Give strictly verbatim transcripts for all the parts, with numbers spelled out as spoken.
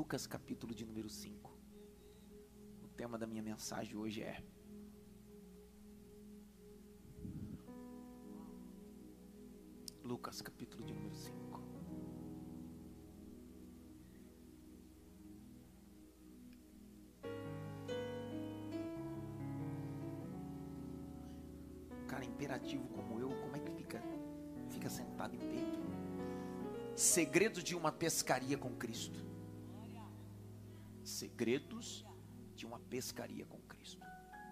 Lucas capítulo de número cinco. O tema da minha mensagem hoje é Lucas capítulo de número cinco. Cara imperativo como eu, como é que fica, fica sentado em pé? Segredos de uma pescaria com Cristo. Segredos de uma pescaria com Cristo.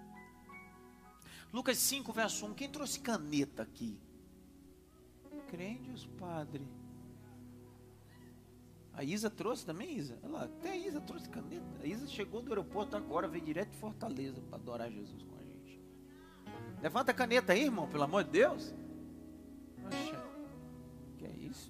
Lucas cinco, verso um. Quem trouxe caneta aqui? Crentes, padre. A Isa trouxe também, Isa? Olha lá, até a Isa trouxe caneta. A Isa chegou do aeroporto agora, veio direto de Fortaleza para adorar Jesus com a gente. Levanta a caneta aí, irmão, pelo amor de Deus. Poxa, que é isso?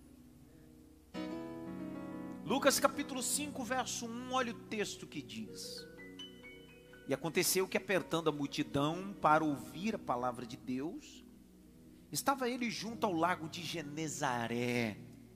Lucas capítulo cinco, verso um, olha o texto que diz. E aconteceu que, apertando a multidão para ouvir a palavra de Deus, estava ele junto ao lago de Genezaré.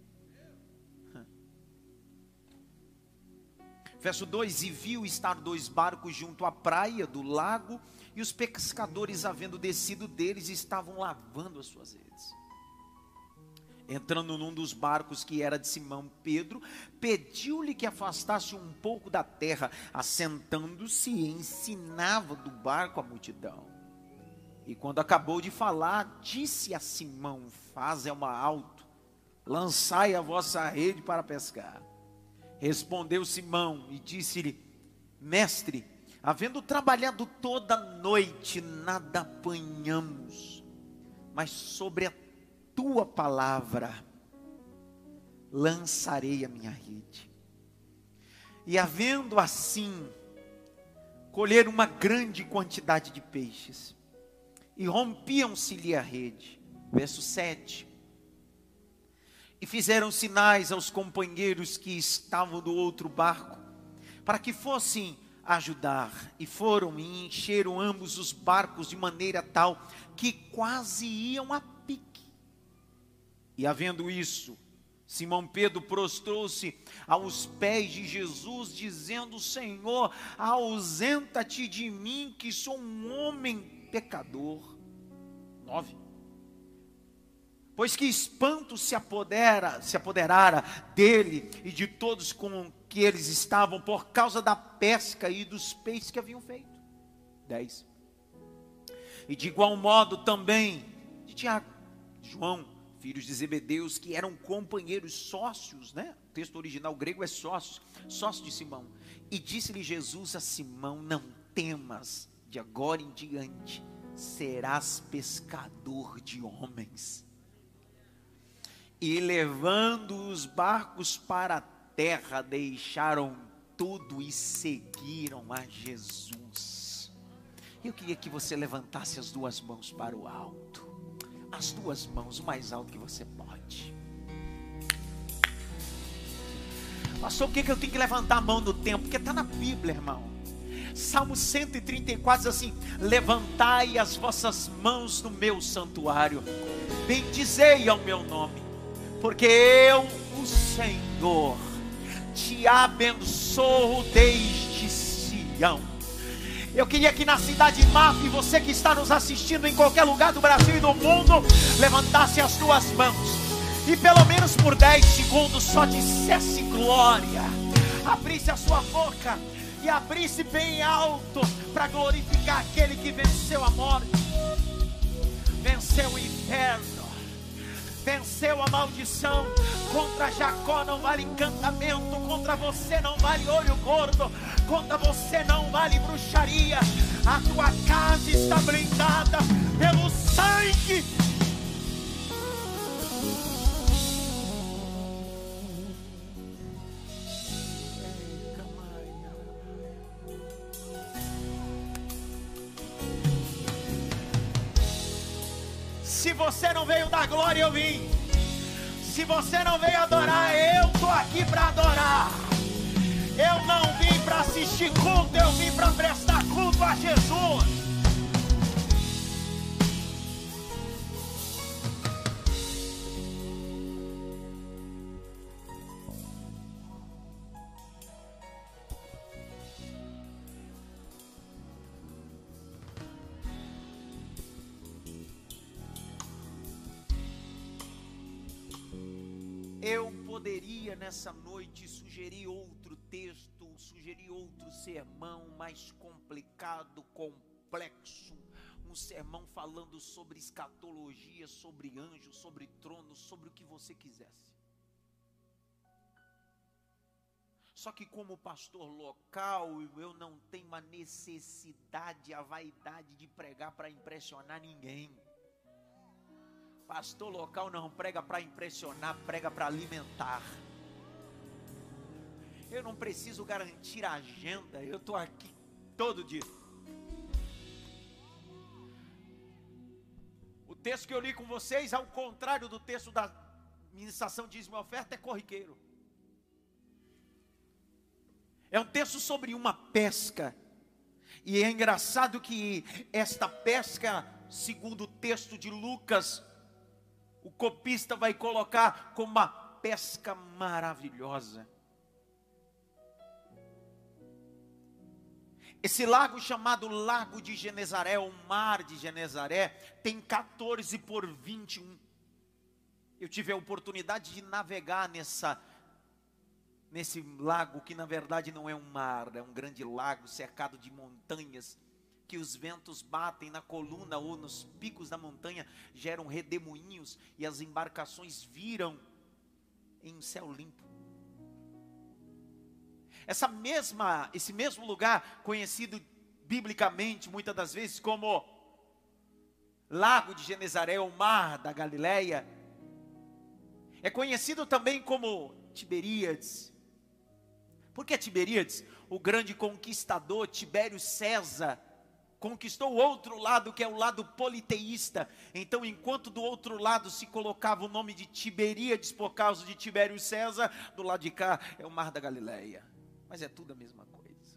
Verso dois, e viu estar dois barcos junto à praia do lago, e os pescadores, havendo descido deles, estavam lavando as suas redes. Entrando num dos barcos, que era de Simão Pedro, pediu-lhe que afastasse um pouco da terra. Assentando-se, ensinava do barco a multidão. E quando acabou de falar, disse a Simão: faze uma alto, lançai a vossa rede para pescar. Respondeu Simão e disse-lhe: mestre, havendo trabalhado toda a noite, nada apanhamos, mas sobre a tua palavra lançarei a minha rede. E havendo assim, colher uma grande quantidade de peixes, e rompiam-se-lhe a rede. Verso sete. E fizeram sinais aos companheiros que estavam do outro barco, para que fossem ajudar. E foram e encheram ambos os barcos de maneira tal, que quase iam a pique. E havendo isso, Simão Pedro prostrou-se aos pés de Jesus, dizendo: Senhor, ausenta-te de mim, que sou um homem pecador. nove. Pois que espanto se apodera, se apoderara dele e de todos com que eles estavam, por causa da pesca e dos peixes que haviam feito. dez. E de igual modo também de Tiago, de João, filhos de Zebedeus, que eram companheiros, sócios, né? O texto original grego é sócios, sócios de Simão. E disse-lhe Jesus a Simão: não temas, de agora em diante serás pescador de homens. E levando os barcos para a terra, deixaram tudo e seguiram a Jesus. Eu queria que você levantasse as duas mãos para o alto. As duas mãos, o mais alto que você pode. Pastor, por que eu tenho que levantar a mão no tempo? Porque está na Bíblia, irmão. Salmo cento e trinta e quatro diz assim: levantai as vossas mãos no meu santuário, bendizei ao meu nome, porque eu, o Senhor, te abençoo desde Sião. Eu queria que na cidade M A F, você que está nos assistindo em qualquer lugar do Brasil e do mundo, levantasse as tuas mãos e pelo menos por dez segundos só dissesse glória. Abrisse a sua boca e abrisse bem alto para glorificar aquele que venceu a morte, venceu o inferno, venceu a maldição. Contra Jacó não vale encantamento, contra você não vale olho gordo, contra você não vale bruxaria. A tua casa está blindada pelo sangue. Se você não veio dar glória, eu vim. Se você não veio adorar, eu estou aqui para adorar. Eu não vim para assistir culto, eu vim para prestar culto a Jesus. poderia nessa noite sugerir outro texto, sugerir outro sermão mais complicado, complexo, um sermão falando sobre escatologia, sobre anjos, sobre tronos, sobre o que você quisesse. Só que como pastor local, eu não tenho a necessidade, a vaidade de pregar para impressionar ninguém. Pastor local não prega para impressionar, prega para alimentar. Eu não preciso garantir a agenda, eu estou aqui todo dia. O texto que eu li com vocês, ao contrário do texto da ministração dízimo e oferta, é corriqueiro. É um texto sobre uma pesca. E é engraçado que esta pesca, segundo o texto de Lucas, o copista vai colocar como uma pesca maravilhosa. Esse lago chamado Lago de Genezaré, o Mar de Genezaré, tem quatorze por vinte e um. Eu tive a oportunidade de navegar nessa, nesse lago, que na verdade não é um mar, é um grande lago cercado de montanhas, que os ventos batem na coluna ou nos picos da montanha, geram redemoinhos, e as embarcações viram em um céu limpo. Essa mesma, esse mesmo lugar, conhecido biblicamente muitas das vezes como Lago de Genezaré, o Mar da Galileia, é conhecido também como Tiberíades. Por que Tiberíades? O grande conquistador Tibério César conquistou o outro lado, que é o lado politeísta. Então, enquanto do outro lado se colocava o nome de Tiberíades por causa de Tibério César, do lado de cá é o Mar da Galileia. Mas é tudo a mesma coisa.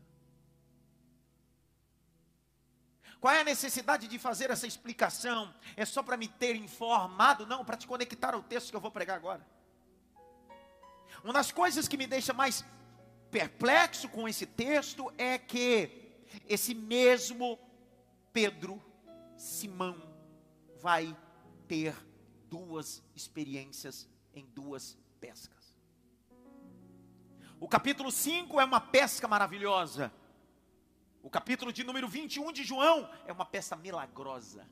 Qual é a necessidade de fazer essa explicação? É só para me ter informado? Não, para te conectar ao texto que eu vou pregar agora. Uma das coisas que me deixa mais perplexo com esse texto é que esse mesmo Pedro, Simão, vai ter duas experiências em duas pescas. O capítulo cinco é uma pesca maravilhosa. O capítulo de número vinte e um de João é uma pesca milagrosa.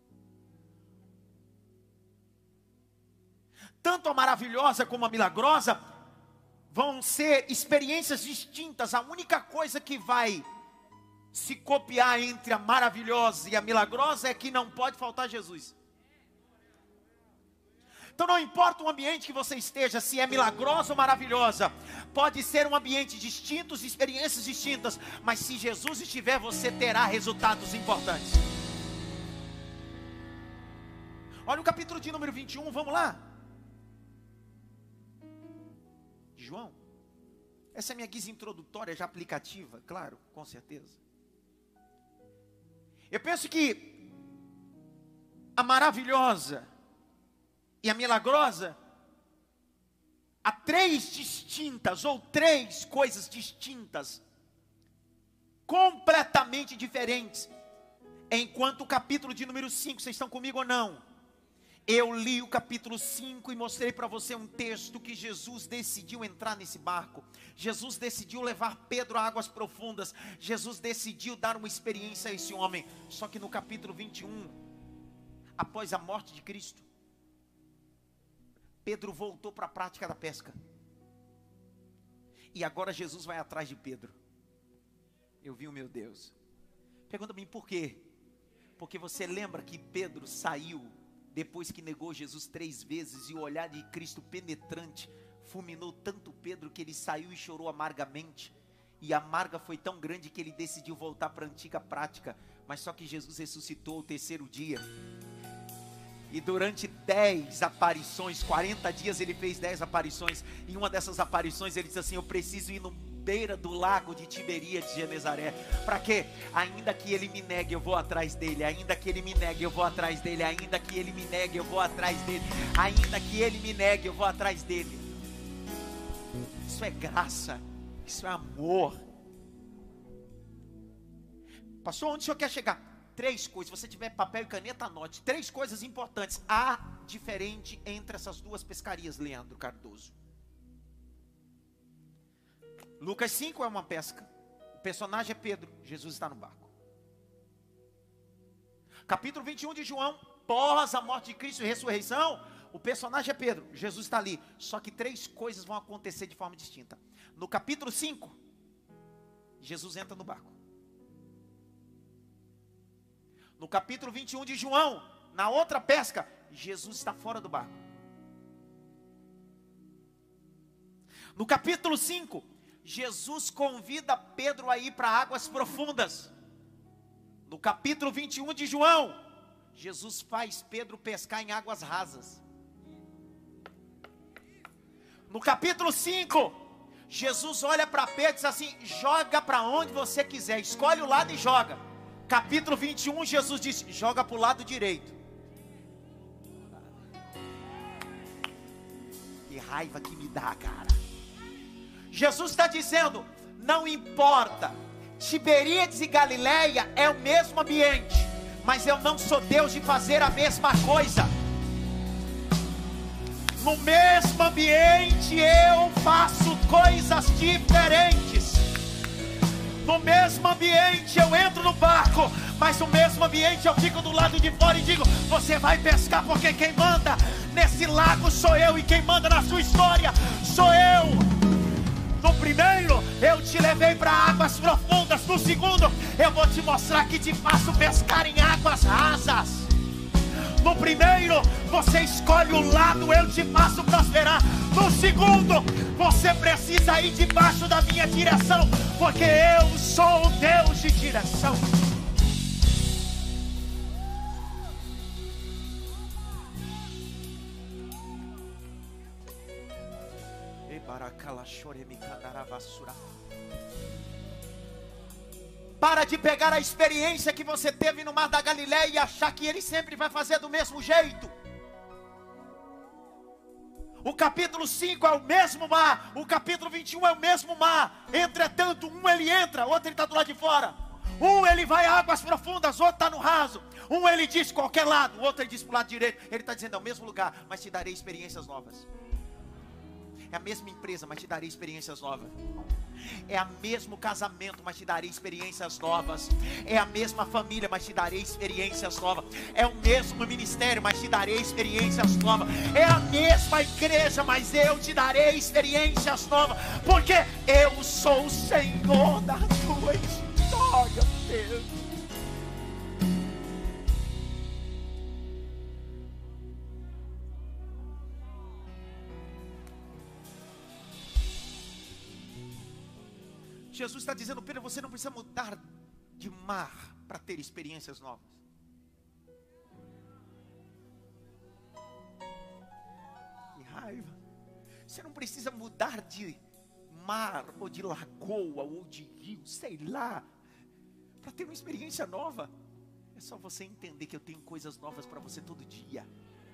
Tanto a maravilhosa como a milagrosa vão ser experiências distintas. A única coisa que vai se copiar entre a maravilhosa e a milagrosa é que não pode faltar Jesus. Então não importa o ambiente que você esteja, se é milagrosa ou maravilhosa, pode ser um ambiente distinto, experiências distintas, mas se Jesus estiver, você terá resultados importantes. Olha o capítulo de número vinte e um, vamos lá. João, essa é a minha guisa introdutória, já aplicativa, claro, com certeza. Eu penso que a maravilhosa e a milagrosa, há três distintas, ou três coisas distintas, completamente diferentes, enquanto o capítulo de número cinco, vocês estão comigo ou não? Eu li o capítulo cinco e mostrei para você um texto que Jesus decidiu entrar nesse barco. Jesus decidiu levar Pedro a águas profundas. Jesus decidiu dar uma experiência a esse homem. Só que no capítulo vinte e um, após a morte de Cristo, Pedro voltou para a prática da pesca. E agora Jesus vai atrás de Pedro. Eu vi o meu Deus. Pergunta-me por quê? Porque você lembra que Pedro saiu depois que negou Jesus três vezes, e o olhar de Cristo penetrante fulminou tanto Pedro que ele saiu e chorou amargamente. E a amarga foi tão grande que ele decidiu voltar para a antiga prática. Mas só que Jesus ressuscitou ao terceiro dia. E durante dez aparições, quarenta dias ele fez dez aparições. Em uma dessas aparições ele disse assim: eu preciso ir no beira do lago de Tiberíades de Genezaré. Para quê? Ainda que ele me negue, eu vou atrás dele. Ainda que ele me negue, eu vou atrás dele. Ainda que ele me negue, eu vou atrás dele. Ainda que ele me negue, eu vou atrás dele. Isso é graça. Isso é amor. Pastor, onde o senhor quer chegar? Três coisas. Se você tiver papel e caneta, anote. Três coisas importantes. Há diferente entre essas duas pescarias, Leandro Cardoso. Lucas cinco é uma pesca. O personagem é Pedro, Jesus está no barco. Capítulo vinte e um de João, após a morte de Cristo e ressurreição, o personagem é Pedro, Jesus está ali. Só que três coisas vão acontecer de forma distinta. No capítulo cinco, Jesus entra no barco. No capítulo vinte e um de João, na outra pesca, Jesus está fora do barco. No capítulo cinco, Jesus convida Pedro a ir para águas profundas. No capítulo vinte e um de João, Jesus faz Pedro pescar em águas rasas. No capítulo cinco, Jesus olha para Pedro e diz assim: joga para onde você quiser, escolhe o lado e joga. Capítulo vinte e um, Jesus diz: joga para o lado direito. Que raiva que me dá, cara. Jesus está dizendo: não importa, Tiberíades e Galileia é o mesmo ambiente, mas eu não sou Deus de fazer a mesma coisa. No mesmo ambiente eu faço coisas diferentes. No mesmo ambiente eu entro no barco, mas no mesmo ambiente eu fico do lado de fora e digo: você vai pescar, porque quem manda nesse lago sou eu, e quem manda na sua história sou eu. No primeiro, eu te levei para águas profundas. No segundo, eu vou te mostrar que te faço pescar em águas rasas. No primeiro, você escolhe o lado, eu te faço prosperar. No segundo, você precisa ir debaixo da minha direção, porque eu sou o Deus de direção. Para de pegar a experiência que você teve no Mar da Galileia e achar que ele sempre vai fazer do mesmo jeito. O capítulo cinco é o mesmo mar, o capítulo vinte e um é o mesmo mar. Entretanto, um ele entra, outro ele está do lado de fora. Um ele vai a águas profundas, outro está no raso. Um ele diz qualquer lado, o outro ele diz para o lado direito. Ele está dizendo: é o mesmo lugar, mas te darei experiências novas. É a mesma empresa, mas te darei experiências novas. É o mesmo casamento, mas te darei experiências novas. É a mesma família, mas te darei experiências novas. É o mesmo ministério, mas te darei experiências novas. É a mesma igreja, mas eu te darei experiências novas. Porque eu sou o Senhor da tua história, Deus. Jesus está dizendo: Pedro, você não precisa mudar de mar para ter experiências novas. Que raiva. Você não precisa mudar de mar, ou de lagoa, ou de rio, sei lá, para ter uma experiência nova. É só você entender que eu tenho coisas novas para você todo dia.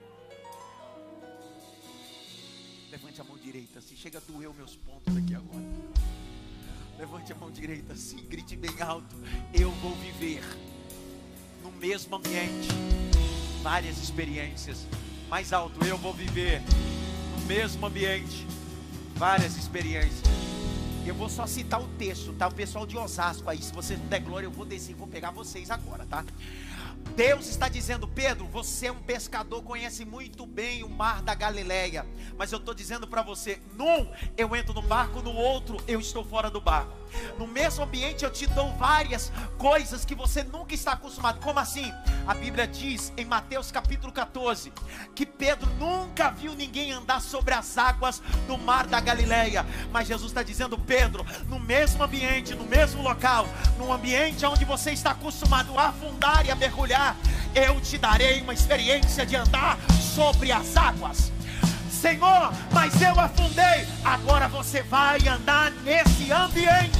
Levante a mão direita, se chega a doer meus pontos aqui agora. Levante a mão direita assim, grite bem alto: eu vou viver no mesmo ambiente várias experiências. Mais alto: eu vou viver no mesmo ambiente várias experiências. Eu vou só citar o texto, tá? O pessoal de Osasco aí, se vocês não der glória, eu vou descer, vou pegar vocês agora, tá? Deus está dizendo: Pedro, você é um pescador, conhece muito bem o mar da Galileia, mas eu estou dizendo para você: num eu entro no barco, no outro eu estou fora do barco. No mesmo ambiente eu te dou várias coisas que você nunca está acostumado. Como assim? A Bíblia diz em Mateus capítulo quatorze que Pedro nunca viu ninguém andar sobre as águas do mar da Galileia. Mas Jesus está dizendo: Pedro, no mesmo ambiente, no mesmo local, no ambiente onde você está acostumado a afundar e a mergulhar, eu te darei uma experiência de andar sobre as águas. Senhor, mas eu afundei. Agora você vai andar nesse ambiente.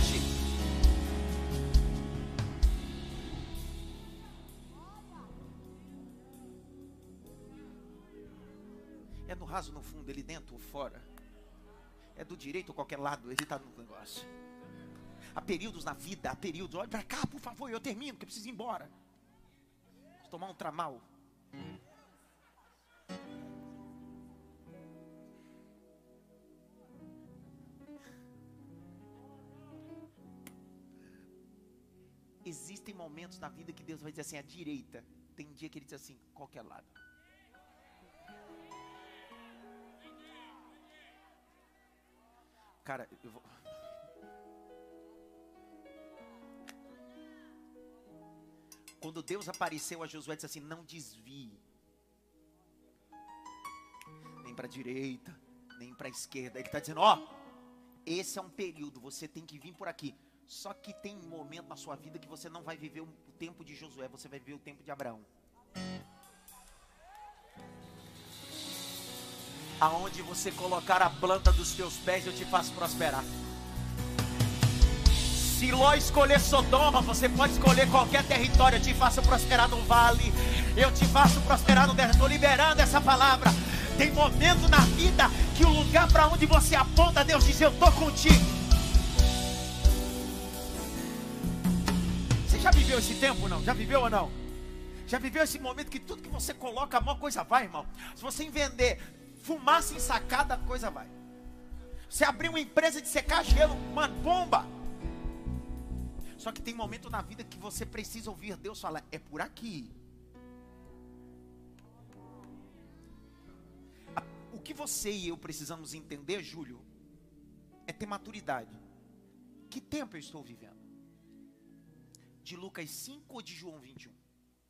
É no raso, no fundo, ele dentro ou fora. É do direito ou qualquer lado, ele está no negócio. Há períodos na vida, há períodos. Olha para cá, por favor, eu termino, que eu preciso ir embora. Vou tomar um tramal. existem momentos na vida que Deus vai dizer assim, à direita. Tem dia que Ele diz assim, qualquer lado. Cara, eu vou... Quando Deus apareceu a Josué, disse assim, não desvie. Nem para a direita, nem para a esquerda. Ele está dizendo, ó, esse é um período, você tem que vir por aqui. Só que tem um momento na sua vida que você não vai viver o tempo de Josué, você vai viver o tempo de Abraão. Aonde você colocar a planta dos teus pés, eu te faço prosperar. Se Ló escolher Sodoma, você pode escolher qualquer território. Eu te faço prosperar no vale, eu te faço prosperar no deserto. Estou liberando essa palavra. Tem momento na vida que o lugar para onde você aponta, Deus diz, eu estou contigo. Você já viveu esse tempo ou não? Já viveu ou não? Já viveu esse momento que tudo que você coloca, a maior coisa vai, irmão? Se você vender fumaça ensacada, a coisa vai. Você abrir uma empresa de secar gelo, mano, bomba. Só que tem momento na vida que você precisa ouvir Deus falar, é por aqui. O que você e eu precisamos entender, Júlio, é ter maturidade. Que tempo eu estou vivendo? De Lucas cinco ou de João vinte e um?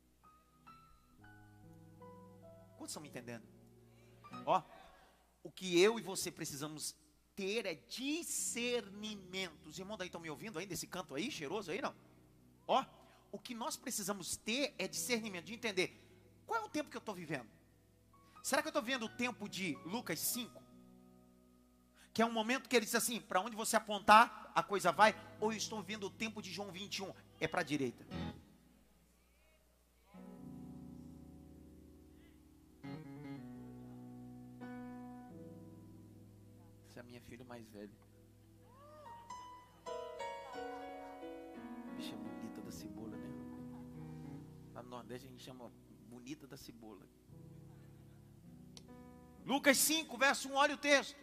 Quantos estão me entendendo? Ó, o que eu e você precisamos ter é discernimento. Os irmãos daí estão me ouvindo ainda, esse canto aí, cheiroso aí, não? Ó, o que nós precisamos ter é discernimento, de entender, qual é o tempo que eu estou vivendo? Será que eu estou vivendo o tempo de Lucas cinco? Que é um momento que ele diz assim, para onde você apontar, a coisa vai? Ou eu estou vivendo o tempo de João vinte e um? É para a direita. Essa é a minha filha mais velha. Bicha bonita da cebola, né? Lá no Nordeste a gente chama bonita da cebola. Lucas cinco, verso um, olha o texto.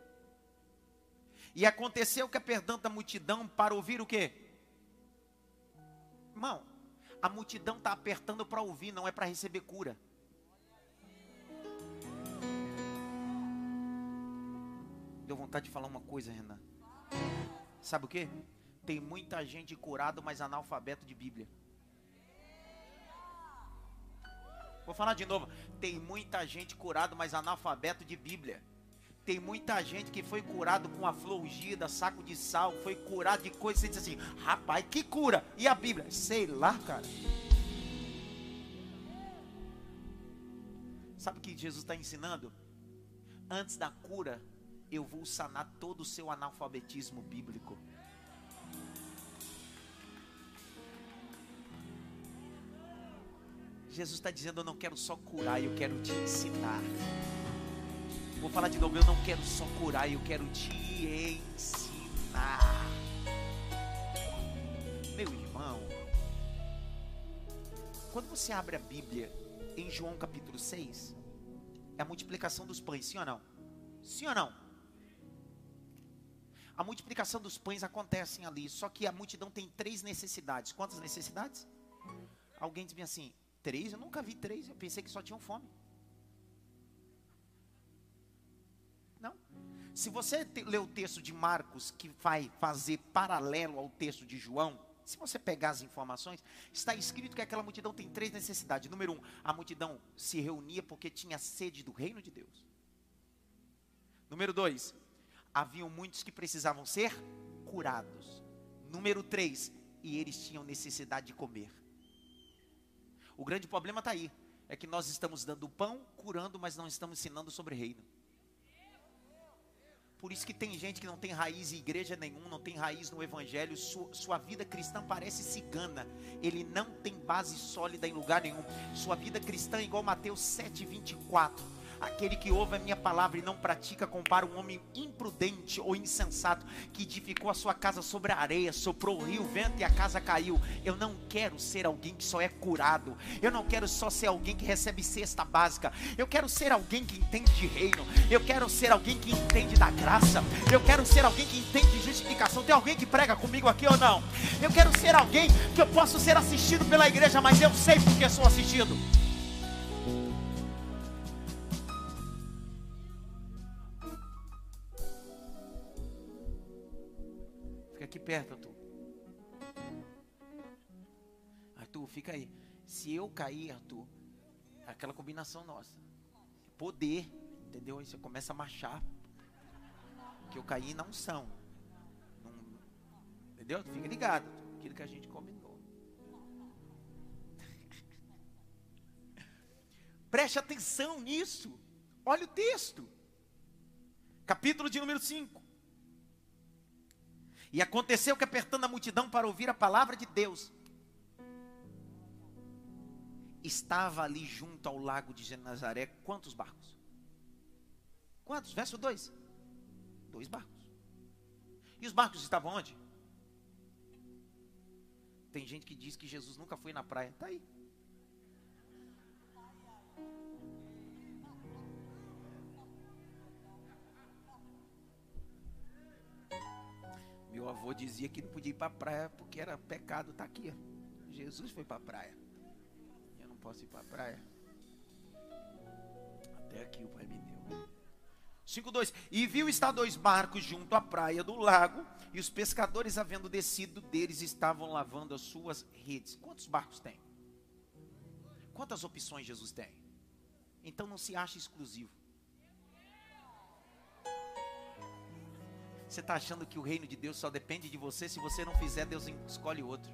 E aconteceu que apertando a multidão para ouvir o quê? Irmão, a multidão está apertando para ouvir, não é para receber cura. Deu vontade de falar uma coisa, Renan. Sabe o quê? Tem muita gente curada, mas analfabeto de Bíblia. Vou falar de novo. Tem muita gente curada, mas analfabeto de Bíblia. Tem muita gente que foi curado com a flor ungida, saco de sal, foi curado de coisas, você diz assim, rapaz, que cura? E a Bíblia? Sei lá, cara. Sabe o que Jesus está ensinando? Antes da cura, eu vou sanar todo o seu analfabetismo bíblico. Jesus está dizendo, eu não quero só curar, eu quero te ensinar. Vou falar de novo, eu não quero só curar, eu quero te ensinar. Meu irmão, quando você abre a Bíblia em João capítulo seis, é a multiplicação dos pães, sim ou não? Sim ou não? A multiplicação dos pães acontece ali, só que a multidão tem três necessidades. Quantas necessidades? Alguém diz-me assim, três? Eu nunca vi três, eu pensei que só tinham fome. Não. Se você te, ler o texto de Marcos, que vai fazer paralelo ao texto de João, se você pegar as informações, está escrito que aquela multidão tem três necessidades. Número um, a multidão se reunia porque tinha sede do reino de Deus. Número dois, haviam muitos que precisavam ser curados. Número três, e eles tinham necessidade de comer. O grande problema está aí, é que nós estamos dando pão, curando, mas não estamos ensinando sobre reino. Por isso que tem gente que não tem raiz em igreja nenhuma, não tem raiz no evangelho, sua, sua vida cristã parece cigana, ele não tem base sólida em lugar nenhum. Sua vida cristã é igual Mateus sete, vinte e quatro. Aquele que ouve a minha palavra e não pratica, compara um homem imprudente ou insensato, que edificou a sua casa sobre a areia, soprou o rio, o vento e a casa caiu. Eu não quero ser alguém que só é curado, eu não quero só ser alguém que recebe cesta básica, eu quero ser alguém que entende de reino, eu quero ser alguém que entende da graça, eu quero ser alguém que entende de justificação. Tem alguém que prega comigo aqui ou não? Eu quero ser alguém que eu posso ser assistido pela igreja, mas eu sei porque sou assistido. Fica aqui perto, Arthur. Arthur, fica aí. Se eu cair, Arthur, é aquela combinação nossa. Poder, entendeu? Aí você começa a marchar. Que eu caí na unção. Não, entendeu? Fica ligado. Aquilo que a gente combinou. Preste atenção nisso. Olha o texto. Capítulo de número cinco. E aconteceu que, apertando a multidão para ouvir a palavra de Deus, estava ali junto ao lago de Genezaré quantos barcos? Quantos? Verso dois. Dois barcos. E os barcos estavam onde? Tem gente que diz que Jesus nunca foi na praia. Está aí. Meu avô dizia que não podia ir para a praia porque era pecado. Está aqui, ó. Jesus foi para a praia. Eu não posso ir para a praia. Até aqui o Pai me deu. cinco, dois. E viu estar dois barcos junto à praia do lago, e os pescadores, havendo descido deles, estavam lavando as suas redes. Quantos barcos tem? Quantas opções Jesus tem? Então não se acha exclusivo. Você está achando que o reino de Deus só depende de você? Se você não fizer, Deus escolhe outro.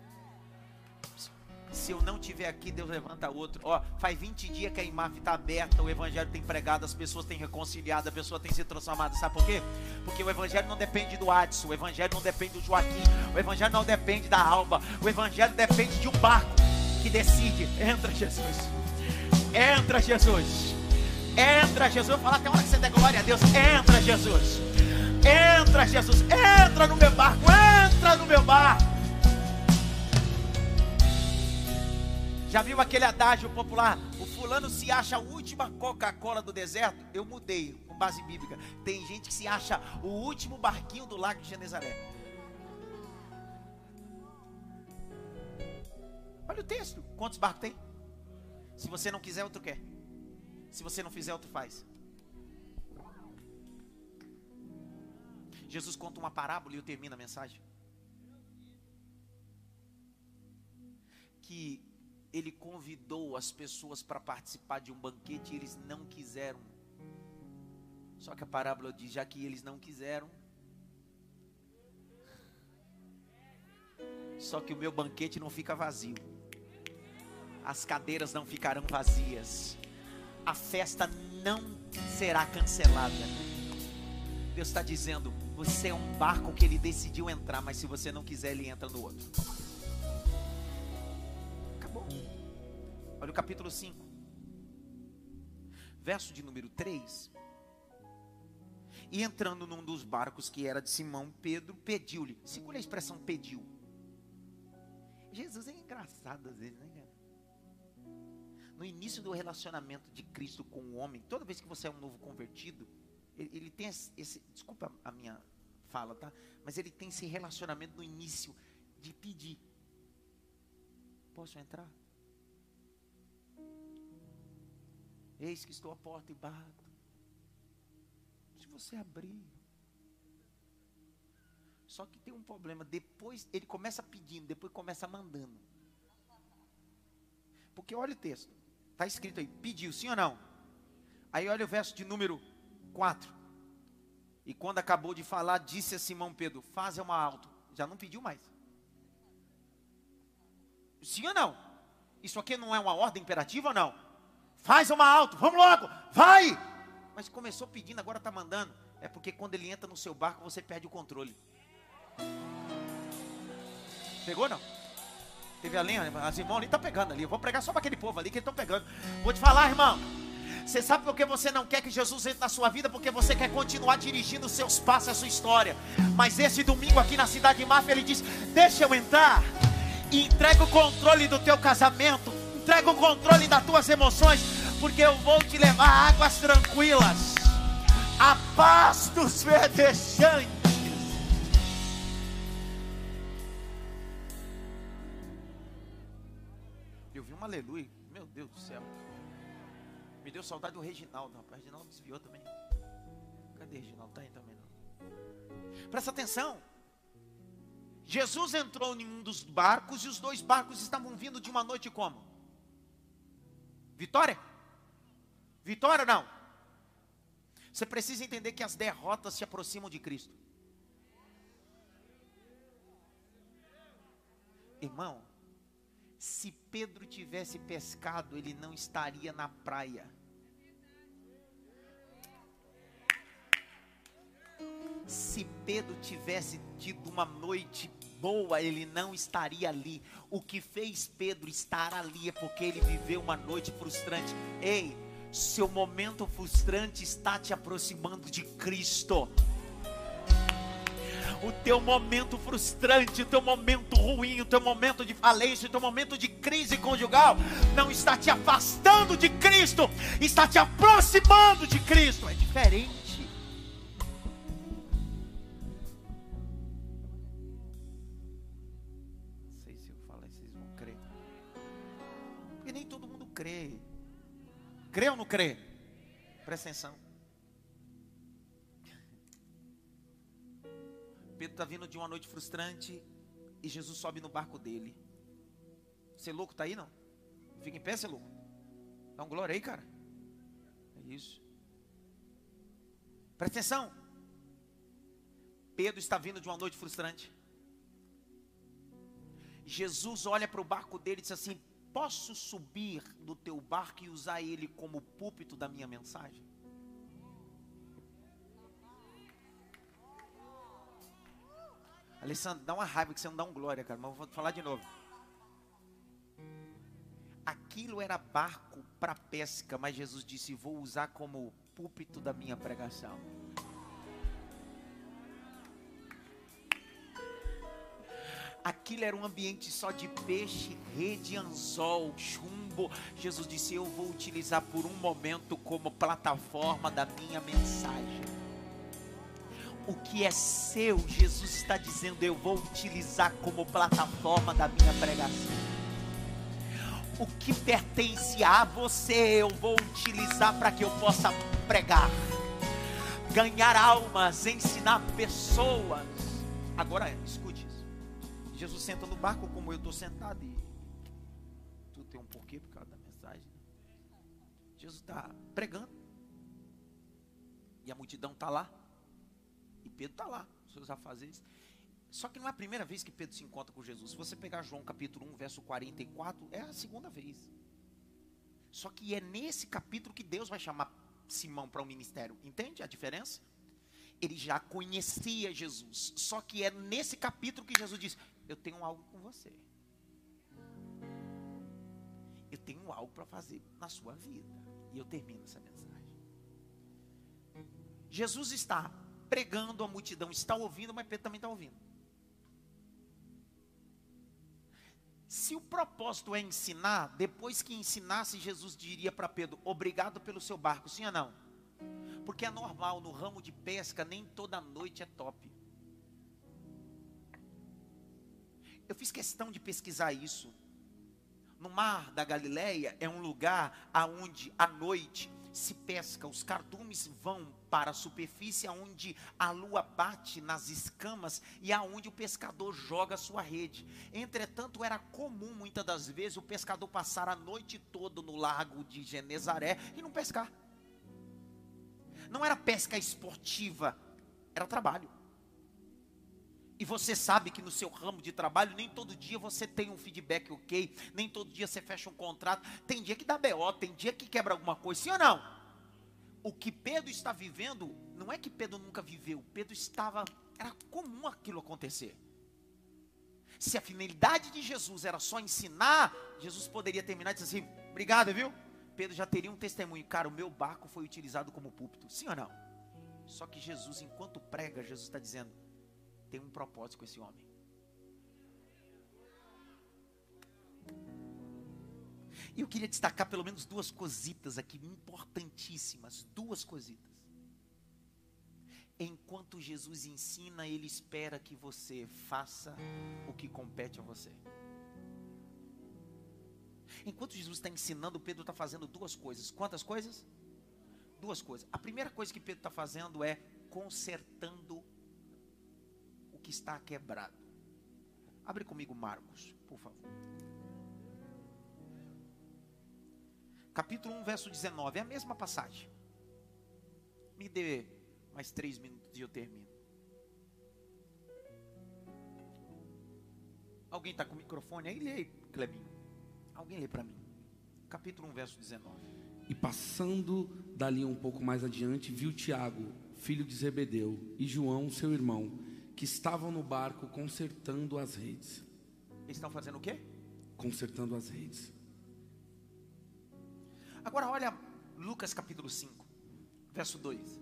Se eu não estiver aqui, Deus levanta outro. Ó, faz vinte dias que a I M A F está aberta, o evangelho tem pregado, as pessoas têm reconciliado, a pessoa tem se transformado. Sabe por quê? Porque o evangelho não depende do Adson, o evangelho não depende do Joaquim, o evangelho não depende da Alba, o evangelho depende de um barco que decide. Entra Jesus, entra Jesus, entra Jesus. Eu vou falar até a hora que você der glória a Deus. Entra Jesus, entra Jesus, entra no meu barco, entra no meu barco. Já viu aquele adágio popular? O fulano se acha a última Coca-Cola do deserto. Eu mudei com base bíblica. Tem gente que se acha o último barquinho do lago de Genezaré. Olha o texto. Quantos barcos tem? Se você não quiser, outro quer. Se você não fizer, outro faz. Jesus conta uma parábola e eu termino a mensagem. Que ele convidou as pessoas para participar de um banquete e eles não quiseram. Só que a parábola diz, já que eles não quiseram, só que o meu banquete não fica vazio. As cadeiras não ficarão vazias. A festa não será cancelada. Deus está dizendo, você é um barco que ele decidiu entrar, mas se você não quiser, ele entra no outro. Olha o capítulo cinco, verso de número três. E entrando num dos barcos que era de Simão, Pedro pediu-lhe. Segura a expressão pediu. Jesus é engraçado às vezes, né, cara? No início do relacionamento de Cristo com o homem, toda vez que você é um novo convertido, ele, ele tem esse, esse, desculpa a minha fala, tá? Mas ele tem esse relacionamento no início de pedir. Posso entrar? Eis que estou à porta e bato. Se você abrir. Só que tem um problema. Depois ele começa pedindo, depois começa mandando. Porque olha o texto. Está escrito aí, pediu, sim ou não? Aí olha o verso de número quatro. E quando acabou de falar, disse a Simão Pedro, faze uma alto. Já não pediu mais. Sim ou não? Isso aqui não é uma ordem imperativa ou não? Faz uma alto, vamos logo, vai! Mas começou pedindo, agora está mandando. É porque quando ele entra no seu barco, você perde o controle. Pegou não? Teve a linha, as irmãs ali estão pegando ali. Eu vou pregar só para aquele povo ali que eles estão pegando. Vou te falar, irmão. Você sabe por que você não quer que Jesus entre na sua vida? Porque você quer continuar dirigindo os seus passos, a sua história. Mas esse domingo aqui na cidade de Máfia, ele diz, deixa eu entrar. E entrega o controle do teu casamento. Entrega o controle das tuas emoções, porque eu vou te levar a águas tranquilas, a paz dos verdejantes. vi um aleluia. Meu Deus do céu. Me deu saudade do Reginaldo, rapaz. O Reginaldo desviou também. Cadê o Reginaldo? Tá aí também não. Presta atenção. Jesus entrou em um dos barcos e os dois barcos estavam vindo de uma noite como? Vitória? Vitória não. Você precisa entender que as derrotas se aproximam de Cristo. Irmão, se Pedro tivesse pescado, ele não estaria na praia. Se Pedro tivesse tido uma noite boa, ele não estaria ali. O que fez Pedro estar ali é porque ele viveu uma noite frustrante. Ei, seu momento frustrante está te aproximando de Cristo. O teu momento frustrante, o teu momento ruim, o teu momento de falência, o teu momento de crise conjugal não está te afastando de Cristo, está te aproximando de Cristo. É diferente. Não sei se eu falar, vocês vão crer. Porque nem todo mundo crê. Crê ou não crê? Presta atenção. Pedro está vindo de uma noite frustrante e Jesus sobe no barco dele. Você louco está aí não? Fica em pé, você louco. Dá um glória aí, cara. É isso. Presta atenção. Pedro está vindo de uma noite frustrante. Jesus olha para o barco dele e diz assim: posso subir do teu barco e usar ele como púlpito da minha mensagem? Alessandro, dá uma raiva que você não dá um glória, cara, mas eu vou falar de novo. Aquilo era barco para pesca, mas Jesus disse: vou usar como púlpito da minha pregação. Aquilo era um ambiente só de peixe, rede, anzol, chumbo. Jesus disse: eu vou utilizar por um momento como plataforma da minha mensagem. O que é seu, Jesus está dizendo: eu vou utilizar como plataforma da minha pregação. O que pertence a você, eu vou utilizar para que eu possa pregar, ganhar almas, ensinar pessoas. Agora, escute isso. Jesus senta no barco como eu estou sentado, e tudo tem um porquê por causa da mensagem. Jesus está pregando e a multidão está lá. E Pedro está lá, os seus afazeres. Só que não é a primeira vez que Pedro se encontra com Jesus. Se você pegar João capítulo um, verso quarenta e quatro, é a segunda vez. Só que é nesse capítulo que Deus vai chamar Simão para o ministério. Entende a diferença? Ele já conhecia Jesus. Só que é nesse capítulo que Jesus diz: eu tenho algo com você. Eu tenho algo para fazer na sua vida. E eu termino essa mensagem. Jesus está pregando, a multidão está ouvindo, mas Pedro também está ouvindo. Se o propósito é ensinar, depois que ensinasse, Jesus diria para Pedro: obrigado pelo seu barco, sim ou não? Porque é normal, no ramo de pesca, nem toda noite é top. Eu fiz questão de pesquisar isso. No mar da Galileia é um lugar aonde à noite se pesca, os cardumes vão para a superfície, aonde a lua bate nas escamas e aonde o pescador joga a sua rede. Entretanto, era comum muitas das vezes o pescador passar a noite toda no lago de Genezaré e não pescar. Não era pesca esportiva, era trabalho. E você sabe que no seu ramo de trabalho, nem todo dia você tem um feedback ok, nem todo dia você fecha um contrato, tem dia que dá B O, tem dia que quebra alguma coisa, sim ou não? O que Pedro está vivendo, não é que Pedro nunca viveu, Pedro estava, era comum aquilo acontecer. Se a finalidade de Jesus era só ensinar, Jesus poderia terminar e dizer assim: obrigado, viu? Pedro já teria um testemunho: cara, o meu barco foi utilizado como púlpito, sim ou não? Só que Jesus, enquanto prega, Jesus está dizendo: tem um propósito com esse homem. E eu queria destacar pelo menos duas cositas aqui, importantíssimas, duas cositas. Enquanto Jesus ensina, Ele espera que você faça o que compete a você. Enquanto Jesus está ensinando, Pedro está fazendo duas coisas. Quantas coisas? Duas coisas. A primeira coisa que Pedro está fazendo é consertando o que está quebrado. Abre comigo Marcos, por favor. Capítulo um, verso dezenove. É a mesma passagem. Me dê mais três minutos e eu termino. Alguém está com o microfone aí? Lê aí, Clebinho. Alguém lê para mim. Capítulo um, verso dezenove. E passando dali um pouco mais adiante, viu Tiago, filho de Zebedeu, e João, seu irmão, que estavam no barco consertando as redes. Eles estão fazendo o quê? Consertando as redes. Agora olha Lucas capítulo cinco, verso dois.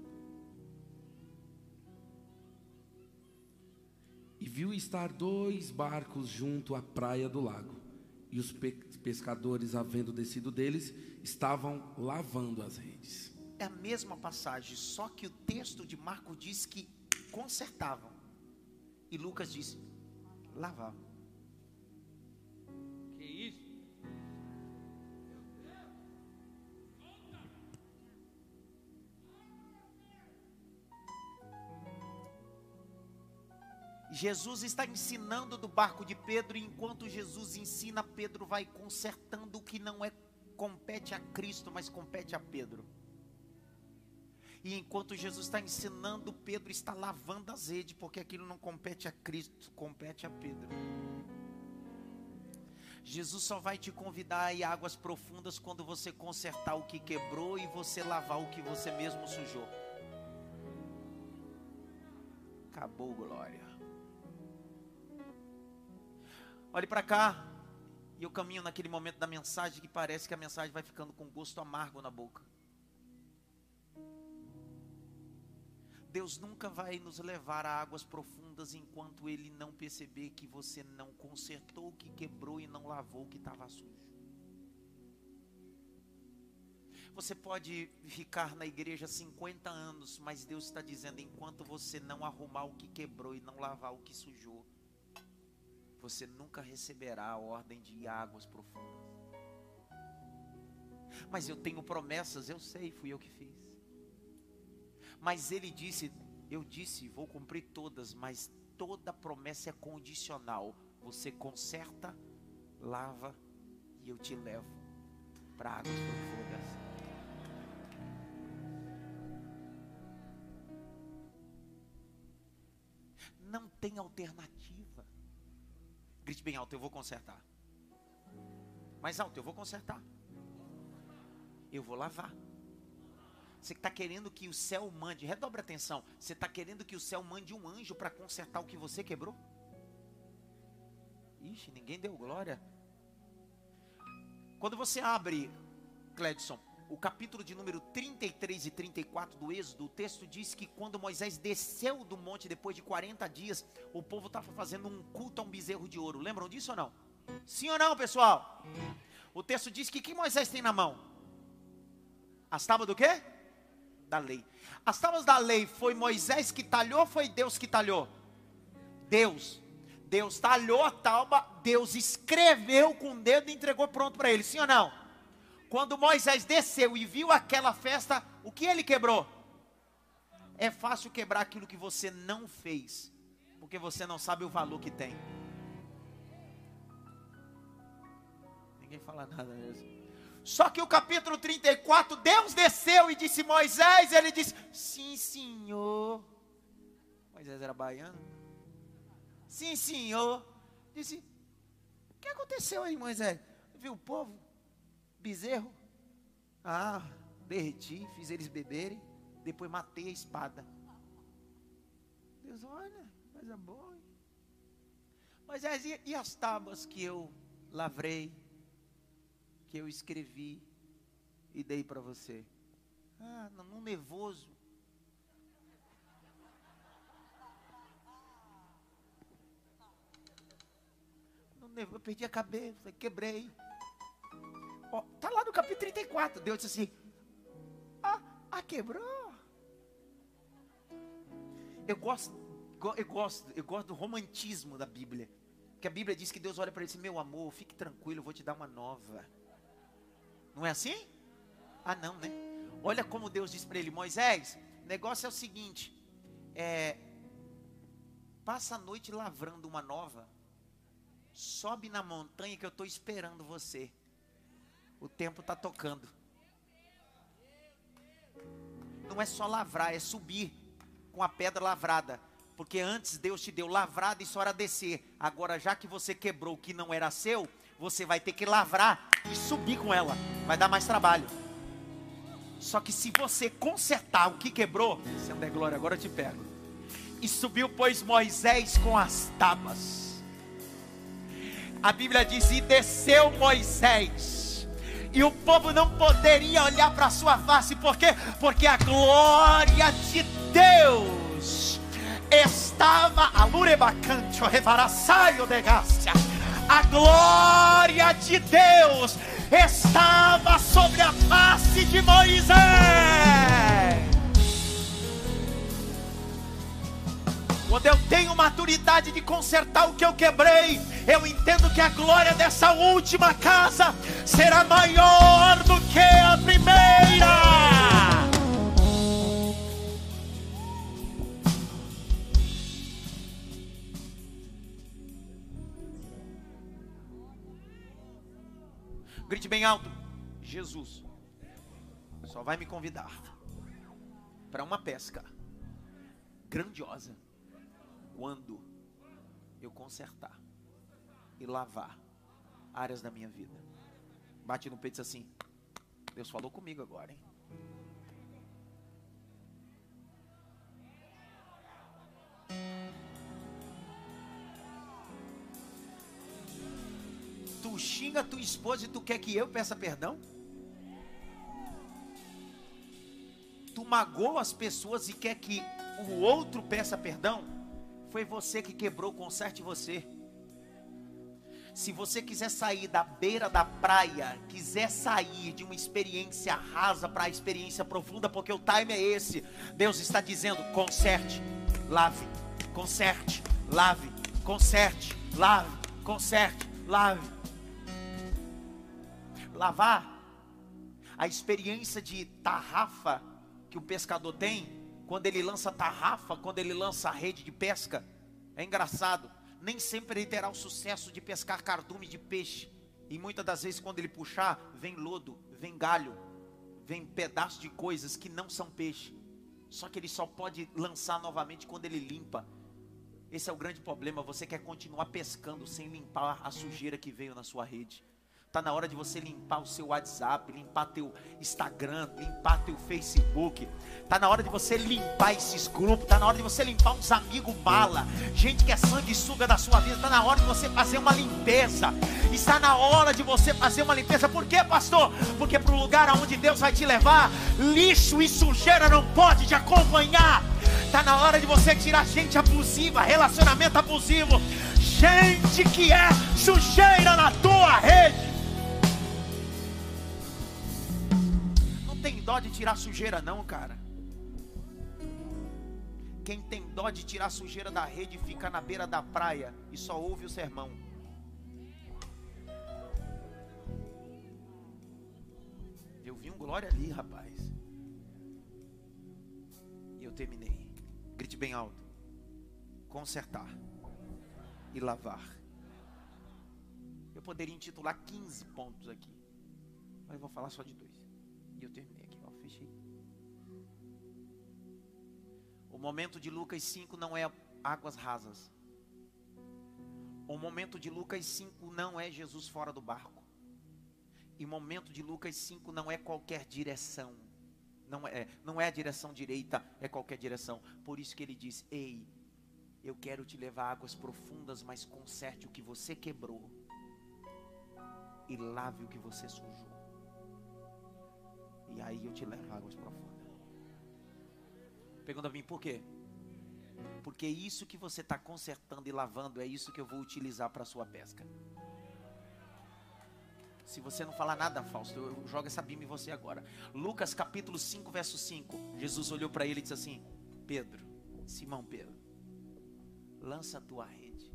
E viu estar dois barcos junto à praia do lago. E os pe- pescadores, havendo descido deles, estavam lavando as redes. É a mesma passagem, só que o texto de Marcos diz que consertavam. E Lucas diz, lavavam. Que isso? Jesus está ensinando do barco de Pedro, e enquanto Jesus ensina, Pedro vai consertando o que não é compete a Cristo, mas compete a Pedro. E enquanto Jesus está ensinando, Pedro está lavando as redes, porque aquilo não compete a Cristo, compete a Pedro. Jesus só vai te convidar a ir a águas profundas quando você consertar o que quebrou e você lavar o que você mesmo sujou. Acabou, glória. Olhe para cá. E eu caminho naquele momento da mensagem que parece que a mensagem vai ficando com gosto amargo na boca. Deus nunca vai nos levar a águas profundas enquanto Ele não perceber que você não consertou o que quebrou e não lavou o que estava sujo. Você pode ficar na igreja cinquenta anos, mas Deus está dizendo, enquanto você não arrumar o que quebrou e não lavar o que sujou, você nunca receberá a ordem de ir a águas profundas. Mas eu tenho promessas, eu sei, fui eu que fiz. Mas Ele disse, eu disse, vou cumprir todas, mas toda promessa é condicional. Você conserta, lava e eu te levo para águas profundas. Não tem alternativa. Grite bem alto, eu vou consertar. Mais alto, eu vou consertar. Eu vou lavar. Você está querendo que o céu mande, redobre a atenção, você está querendo que o céu mande um anjo para consertar o que você quebrou? Ixi, ninguém deu glória. Quando você abre, Cledson, o capítulo de número trinta e três e trinta e quatro do Êxodo, o texto diz que quando Moisés desceu do monte depois de quarenta dias, o povo estava fazendo um culto a um bezerro de ouro. Lembram disso ou não? Sim ou não, pessoal? O texto diz que o que Moisés tem na mão? As tábuas do quê? Da lei. As tábuas da lei, foi Moisés que talhou ou foi Deus que talhou? Deus. Deus talhou a tábua, Deus escreveu com o dedo e entregou pronto para ele. Sim ou não? Quando Moisés desceu e viu aquela festa, o que ele quebrou? É fácil quebrar aquilo que você não fez, porque você não sabe o valor que tem. Ninguém fala nada mesmo. Só que o capítulo trinta e quatro, Deus desceu e disse, Moisés, ele disse, sim senhor. Moisés era baiano. Sim senhor. Disse, o que aconteceu aí, Moisés? Viu o povo? Bezerro? Ah, derreti, fiz eles beberem, depois matei a espada. Deus, olha, coisa boa. Moisés, e, e as tábuas que eu lavrei, que eu escrevi e dei para você? Ah, num nervoso. No nervoso, eu perdi a cabeça, quebrei. Ó, tá lá no capítulo trinta e quatro, Deus disse assim, ah, ah, quebrou. Eu gosto, eu gosto, eu gosto do romantismo da Bíblia. Porque a Bíblia diz que Deus olha para ele e diz, meu amor, fique tranquilo, eu vou te dar uma nova. Não é assim? Ah, não, né? Olha como Deus diz para ele: Moisés, o negócio é o seguinte, é, passa a noite lavrando uma nova, sobe na montanha que eu estou esperando você. O tempo está tocando. Não é só lavrar, é subir com a pedra lavrada. Porque antes Deus te deu lavrada e só era descer. Agora, já que você quebrou o que não era seu, você vai ter que lavrar e subir com ela. Vai dar mais trabalho. Só que se você consertar o que quebrou, se não der glória, agora eu te pego. E subiu, pois, Moisés com as tábuas. A Bíblia diz: e desceu Moisés. E o povo não poderia olhar para a sua face. Por quê? Porque a glória de Deus estava a lurebacancho revaraçaio de gácia. A glória de Deus estava sobre a face de Moisés. Quando eu tenho maturidade de consertar o que eu quebrei, eu entendo que a glória dessa última casa será maior do que a primeira. Grite bem alto: Jesus só vai me convidar para uma pesca grandiosa quando eu consertar e lavar áreas da minha vida. Bate no peito e diz assim: Deus falou comigo agora, hein? Tu xinga a tua esposa e tu quer que eu peça perdão? Tu magoa as pessoas e quer que o outro peça perdão? Foi você que quebrou, conserte você. Se você quiser sair da beira da praia, quiser sair de uma experiência rasa para a experiência profunda, porque o time é esse, Deus está dizendo: conserte, lave, conserte, lave, conserte, lave, conserte, lave. Lavar, a experiência de tarrafa que o pescador tem, quando ele lança tarrafa, quando ele lança a rede de pesca, é engraçado, nem sempre ele terá o sucesso de pescar cardume de peixe, e muitas das vezes quando ele puxar, vem lodo, vem galho, vem pedaço de coisas que não são peixe, só que ele só pode lançar novamente quando ele limpa. Esse é o grande problema, você quer continuar pescando sem limpar a sujeira que veio na sua rede. Está na hora de você limpar o seu WhatsApp, limpar teu Instagram, limpar teu Facebook. Está na hora de você limpar esses grupos. Está na hora de você limpar uns amigos mala, gente que é sanguessuga da sua vida. Está na hora de você fazer uma limpeza. Está na hora de você fazer uma limpeza. Por quê, pastor? Porque para o lugar aonde Deus vai te levar, lixo e sujeira não pode te acompanhar. Está na hora de você tirar gente abusiva, relacionamento abusivo, gente que é sujeira na tua rede. Tem dó de tirar sujeira não, cara. Quem tem dó de tirar sujeira da rede fica na beira da praia e só ouve o sermão. Eu vi um glória ali, rapaz. E eu terminei. Grite bem alto: consertar e lavar. Eu poderia intitular quinze pontos aqui, mas eu vou falar só de dois. E eu terminei aqui, ó, fechei. O momento de Lucas cinco não é águas rasas. O momento de Lucas cinco não é Jesus fora do barco. E o momento de Lucas cinco não é qualquer direção. Não é, não é a direção direita, é qualquer direção. Por isso que ele diz: ei, eu quero te levar a águas profundas, mas conserte o que você quebrou e lave o que você sujou. E aí eu te levo a águas profundas. Pergunta a mim, por quê? Porque isso que você está consertando e lavando é isso que eu vou utilizar para a sua pesca. Se você não falar nada, Fausto, eu jogo essa bíblia em você agora. Lucas capítulo cinco, verso cinco. Jesus olhou para ele e disse assim: Pedro, Simão Pedro, lança a tua rede.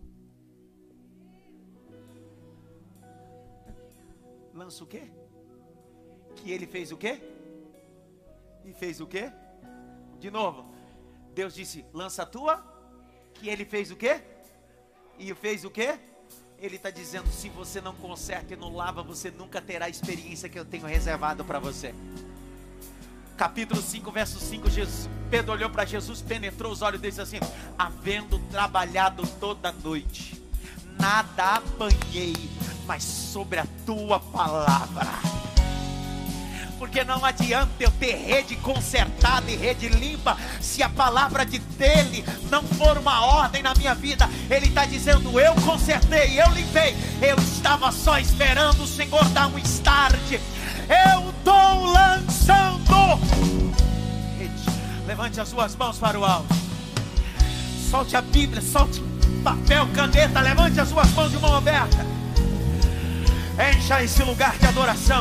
Lança o quê? que ele fez o quê? E fez o quê? De novo, Deus disse, lança a tua, que ele fez o quê? E fez o quê? Ele está dizendo, se você não conserta e não lava, você nunca terá a experiência que eu tenho reservado para você. Capítulo cinco, verso cinco, Jesus, Pedro olhou para Jesus, penetrou os olhos dele e disse assim, havendo trabalhado toda a noite, nada apanhei, mas sobre a tua palavra. Porque não adianta eu ter rede consertada e rede limpa, se a palavra de dele não for uma ordem na minha vida. Ele está dizendo, eu consertei, eu limpei, eu estava só esperando o Senhor dar um start. Eu estou lançando rede. Levante as suas mãos para o alto, solte a Bíblia, solte papel, caneta, levante as suas mãos de mão aberta, encha esse lugar de adoração.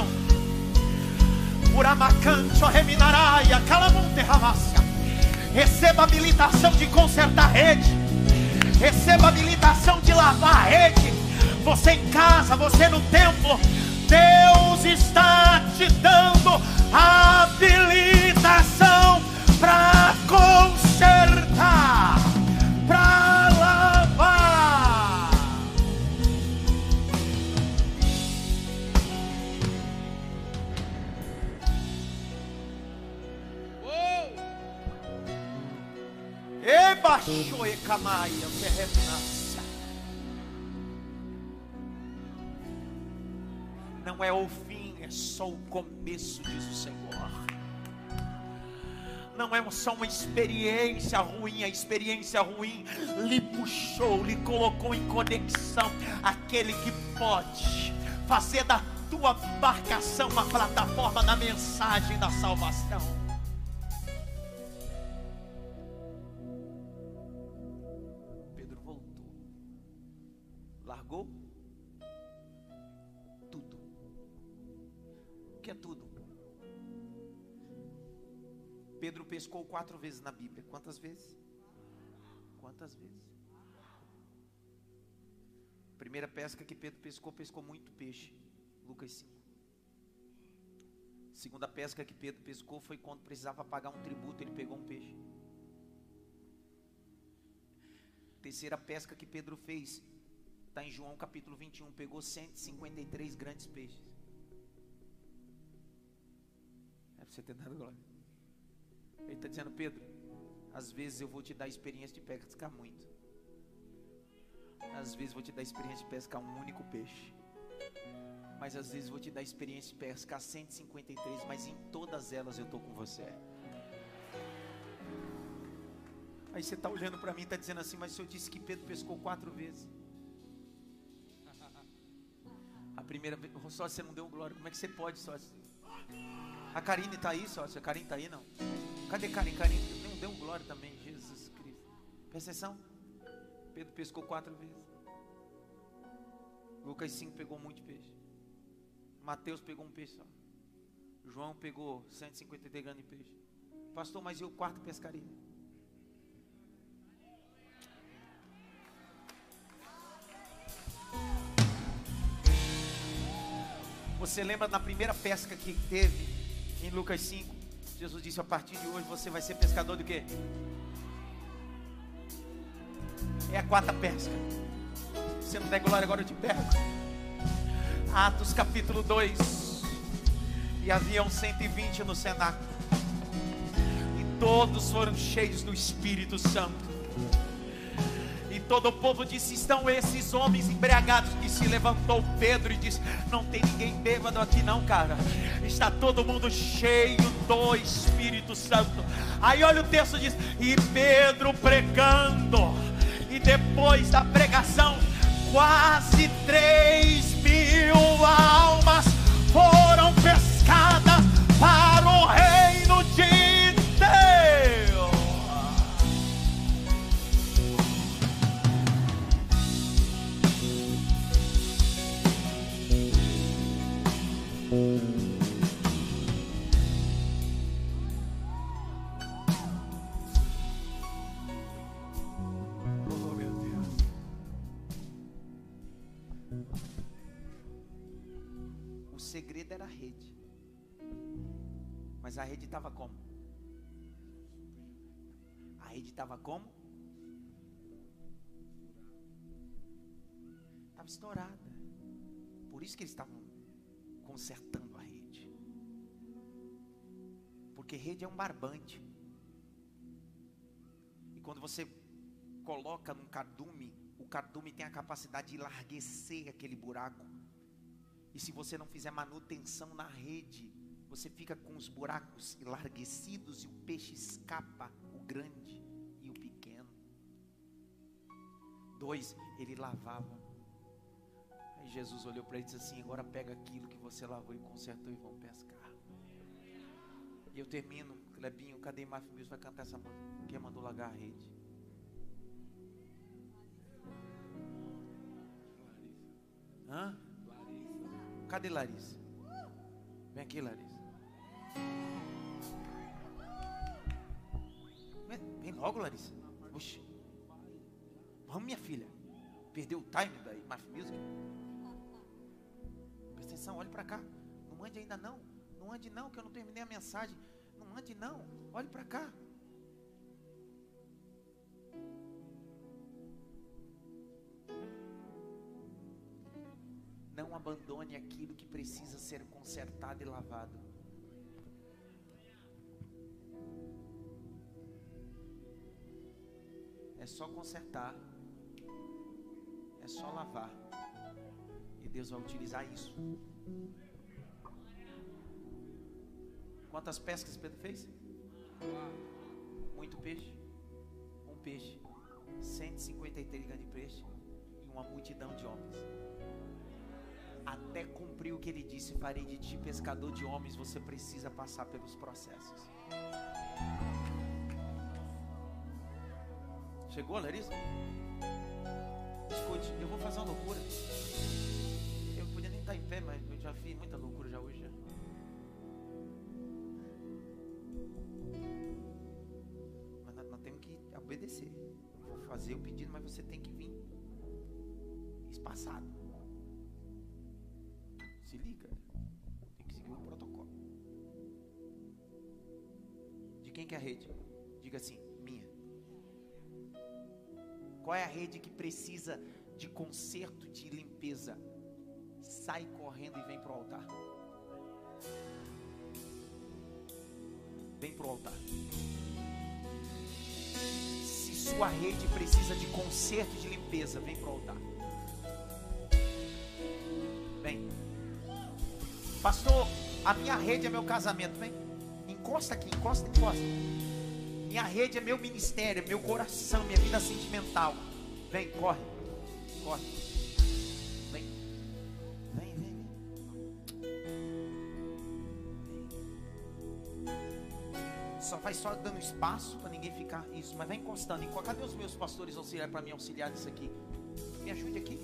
Receba habilitação de consertar a rede, receba habilitação de lavar a rede. Você em casa, você no templo, Deus está te dando habilitação para consertar, para lavar. E baixou e camaia, terremonácia. Não é o fim, é só o começo, diz o Senhor. Não é só uma experiência ruim, a experiência ruim lhe puxou, lhe colocou em conexão aquele que pode fazer da tua embarcação uma plataforma da mensagem da salvação. Pedro voltou, largou tudo. O que é tudo? Pedro pescou quatro vezes na Bíblia. Quantas vezes? Quantas vezes? Primeira pesca que Pedro pescou, pescou muito peixe. Lucas cinco. Segunda pesca que Pedro pescou foi quando precisava pagar um tributo, ele pegou um peixe. Terceira pesca que Pedro fez, está em João capítulo vinte e um, pegou cento e cinquenta e três grandes peixes. É para você ter dado glória. Ele está dizendo, Pedro, às vezes eu vou te dar a experiência de pescar muito. Às vezes vou te dar a experiência de pescar um único peixe. Mas às vezes vou te dar a experiência de pescar cento e cinquenta e três, mas em todas elas eu estou com você. Aí você está olhando para mim e está dizendo assim, mas o senhor disse que Pedro pescou quatro vezes. A primeira vez, só você não deu glória, como é que você pode só? A Karine está aí, sócio? A Karine está aí, não? Cadê Karine? Karine não deu glória também, Jesus Cristo. Presta atenção. Pedro pescou quatro vezes. Lucas cinco pegou muito peixe. Mateus pegou um peixe só. João pegou cento e cinquenta e três gramas de peixe. Pastor, mas e o quarto pescaria? Você lembra na primeira pesca que teve em Lucas cinco? Jesus disse, a partir de hoje você vai ser pescador do quê? É a quarta pesca. Você não der glória, agora eu te pego. Atos capítulo dois. E haviam cento e vinte no cenáculo, e todos foram cheios do Espírito Santo. E todo o povo disse, estão esses homens embriagados? E se levantou Pedro e disse, não tem ninguém bêbado aqui não, cara. Está todo mundo cheio do Espírito Santo. Aí olha o texto, diz, e Pedro pregando, e depois da pregação, quase três mil almas foram pescadas para o reino de Deus. Oh, meu Deus. O segredo era a rede. Mas a rede estava como? A rede estava como? Estava estourada. Por isso que eles estavam consertando a rede. Porque rede é um barbante. E quando você coloca num cardume, o cardume tem a capacidade de enlarguecer aquele buraco. E se você não fizer manutenção na rede, você fica com os buracos enlarguecidos e o peixe escapa, o grande e o pequeno. Dois, ele lavava. Aí Jesus olhou para ele e disse assim: agora pega aquilo que você lavou e consertou e vamos pescar. E eu termino, Clebinho, cadê Marfim Mills? Vai cantar essa música. Quem mandou largar a rede? Hã? Cadê Larissa? Vem aqui, Larissa. Vem, vem logo, Larissa. Oxi. Vamos, minha filha. Perdeu o time da Marfim Music? Presta atenção, olhe para cá. Não ande ainda não. Não ande não, que eu não terminei a mensagem. Não ande não. Olhe para cá. Não abandone aquilo que precisa ser consertado e lavado. É só consertar. É só lavar. E Deus vai utilizar isso. Quantas pescas Pedro fez? Muito peixe. Um peixe. cento e cinquenta e três grandes peixes. E uma multidão de homens. Até cumprir o que ele disse: farei de ti pescador de homens. Você precisa passar pelos processos. Chegou, Larissa? Escute, eu vou fazer uma loucura. Eu podia nem estar em pé, mas eu já fiz muita loucura já hoje. Já. Mas nós, nós temos que obedecer. Eu vou fazer o pedido, mas você tem que vir espaçado. Se liga, tem que seguir o protocolo. De quem que é a rede? Diga assim: minha. Qual é a rede que precisa de conserto, de limpeza? Sai correndo e vem para o altar. Vem para o altar. Se sua rede precisa de conserto e de limpeza, vem para o altar. Vem. Pastor, a minha rede é meu casamento. Vem, encosta aqui, encosta, encosta. Minha rede é meu ministério, é meu coração, minha vida sentimental. Vem, corre, corre. Vem, vem, vem, vem. Só vai só dando espaço para ninguém ficar isso, mas vai encostando. Cadê os meus pastores auxiliares para me auxiliar nisso aqui? Me ajude aqui.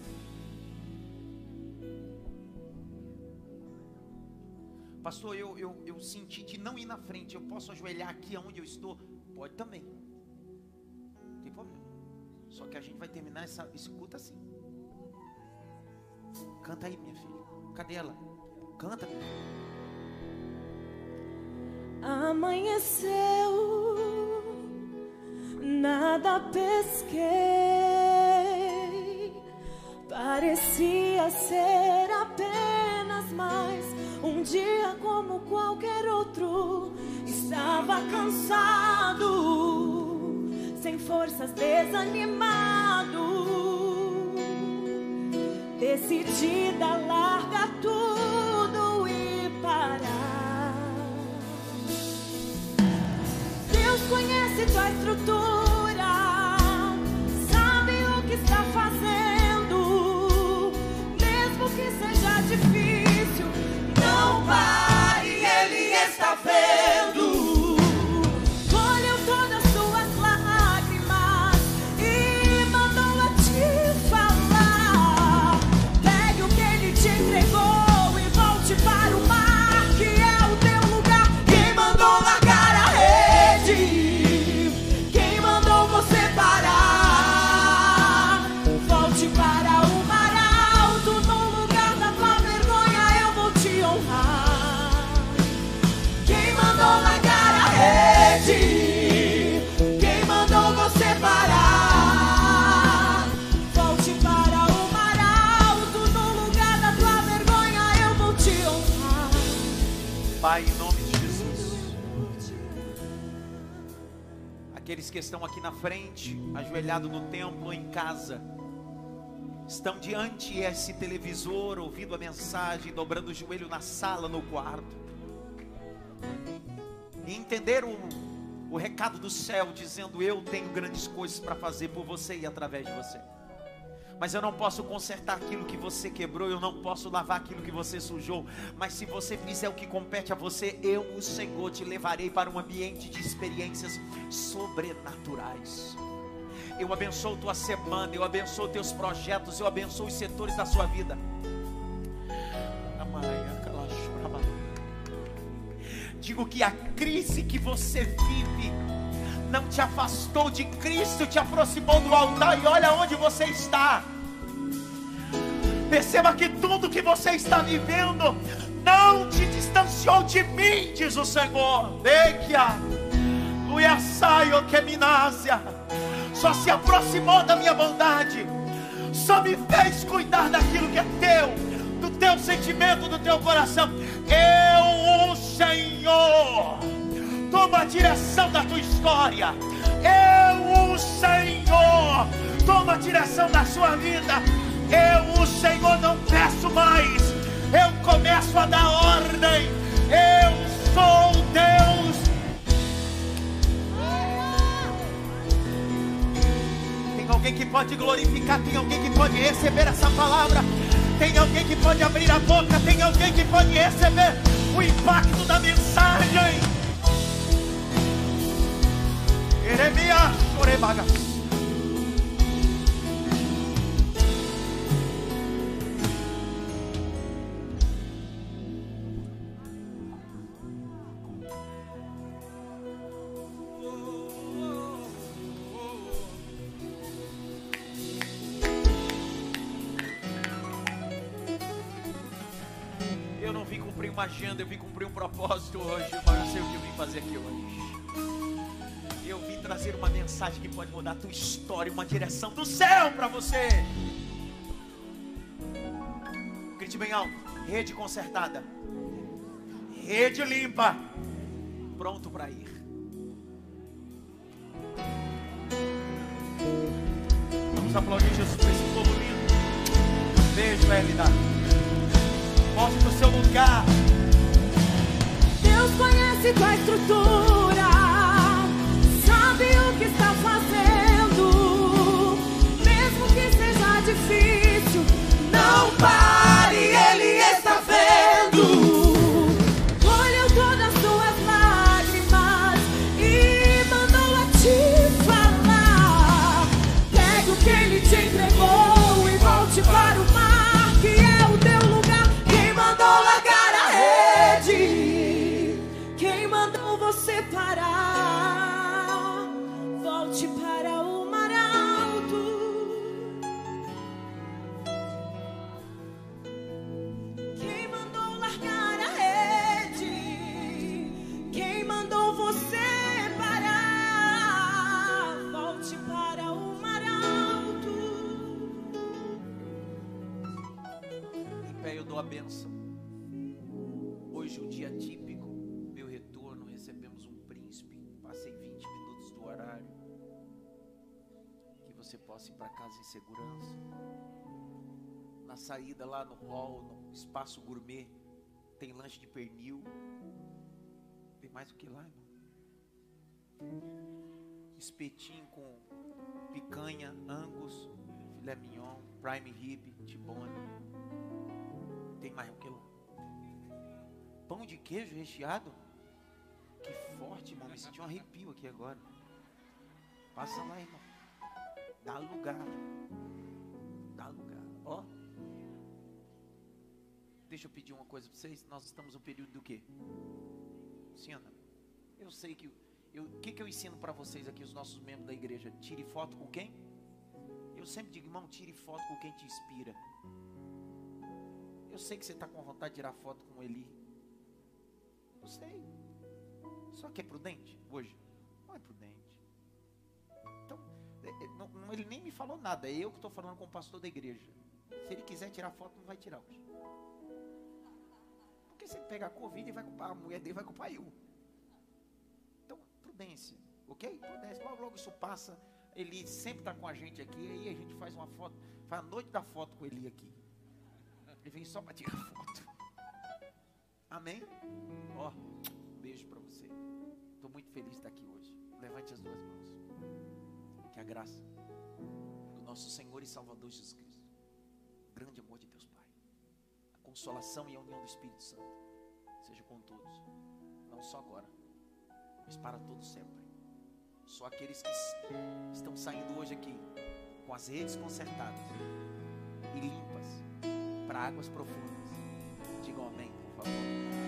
Pastor, eu, eu, eu senti de não ir na frente. Eu posso ajoelhar aqui onde eu estou? Pode também. Não tem problema. Só que a gente vai terminar essa, esse culto assim. Canta aí, minha filha. Cadê ela? Canta, minha filha. Amanheceu, nada pesquei. Parecia ser apenas mais um dia como qualquer outro. Estava cansado, sem forças, desanimado. Decidida a largar tudo e parar. Deus conhece tua estrutura, sabe o que está fazendo. Mesmo que seja difícil, não pare, Ele está vendo. Colheu todas as suas lágrimas e mandou a te falar. Pegue o que Ele te entregou e volte para o mar, que é o teu lugar. Quem mandou largar a rede? Quem aqueles que estão aqui na frente, ajoelhado no templo ou em casa, estão diante esse televisor, ouvindo a mensagem, dobrando o joelho na sala, no quarto, e entenderam o, o recado do céu, dizendo: eu tenho grandes coisas para fazer por você e através de você, mas eu não posso consertar aquilo que você quebrou, eu não posso lavar aquilo que você sujou, mas se você fizer o que compete a você, eu, o Senhor, te levarei para um ambiente de experiências sobrenaturais. Eu abençoo tua semana, eu abençoo teus projetos, eu abençoo os setores da sua vida. Digo que a crise que você vive não te afastou de Cristo, te aproximou do altar, e olha onde você está. Perceba que tudo que você está vivendo não te distanciou de mim, diz o Senhor. Só se aproximou da minha bondade, só me fez cuidar daquilo que é teu, do teu sentimento, do teu coração. Eu, o Senhor, toma a direção da tua história. Eu, o Senhor, toma a direção da sua vida. Eu, o Senhor, não peço mais, eu começo a dar ordem. Eu sou Deus. Tem alguém que pode glorificar, tem alguém que pode receber essa palavra, tem alguém que pode abrir a boca, tem alguém que pode receber o impacto da mensagem. Jeremias, Orebagas. Uma agenda, eu vim cumprir um propósito hoje, mas não sei o que eu vim fazer aqui hoje. Eu vim trazer uma mensagem que pode mudar a tua história, uma direção do céu para você. Grite bem alto: rede consertada, rede limpa, pronto para ir. Vamos aplaudir Jesus por esse povo lindo. Beijo, Elida. Volte para o seu lugar. Deus conhece tua estrutura, sabe o que está fazendo. Mesmo que seja difícil, não pare, Ele está vendo. Colheu todas as tuas lágrimas e mandou a te falar. Pegue o que Ele te entregou e volte para o mar, que é o teu lugar. Mandou largar a rede, quem mandou você parar? Volte para o mar alto. Quem mandou largar a rede? Quem mandou você parar? Volte para o mar alto. Em pé eu dou a bênção. Hoje um dia típico, meu retorno, recebemos um príncipe, passei vinte minutos do horário, que você possa ir para casa em segurança. Na saída lá no hall, no espaço gourmet, tem lanche de pernil, tem mais o que lá, irmão? Espetinho com picanha, angus, filé mignon, prime rib, tibone, tem mais o que lá? Pão de queijo recheado? Que forte, irmão. Me senti um arrepio aqui agora. Passa lá, irmão. Dá lugar. Dá lugar. Ó. Deixa eu pedir uma coisa para vocês. Nós estamos no período do quê? Sim, Ana? Eu sei que... O que, que eu ensino para vocês aqui, os nossos membros da igreja? Tire foto com quem? Eu sempre digo, irmão, tire foto com quem te inspira. Eu sei que você está com vontade de tirar foto com Eli. Eu sei. Só que é prudente hoje? Não é prudente. Então, não, não, ele nem me falou nada. É eu que estou falando com o pastor da igreja. Se ele quiser tirar foto, não vai tirar hoje. Porque se ele pegar Covid, ele vai culpar a mulher dele, vai culpar eu. Então, prudência. ok? Então desce, logo, logo isso passa. Eli sempre está com a gente aqui, aí a gente faz uma foto, faz a noite da foto com Eli aqui. Ele vem só para tirar foto. Amém? Ó, um beijo para você. Estou muito feliz de estar aqui hoje. Levante as duas mãos. Que a graça do nosso Senhor e Salvador Jesus Cristo, o grande amor de Deus Pai, a consolação e a união do Espírito Santo seja com todos, não só agora, mas para todos sempre. Só aqueles que estão saindo hoje aqui com as redes consertadas e limpas para águas profundas, digam amém, por favor.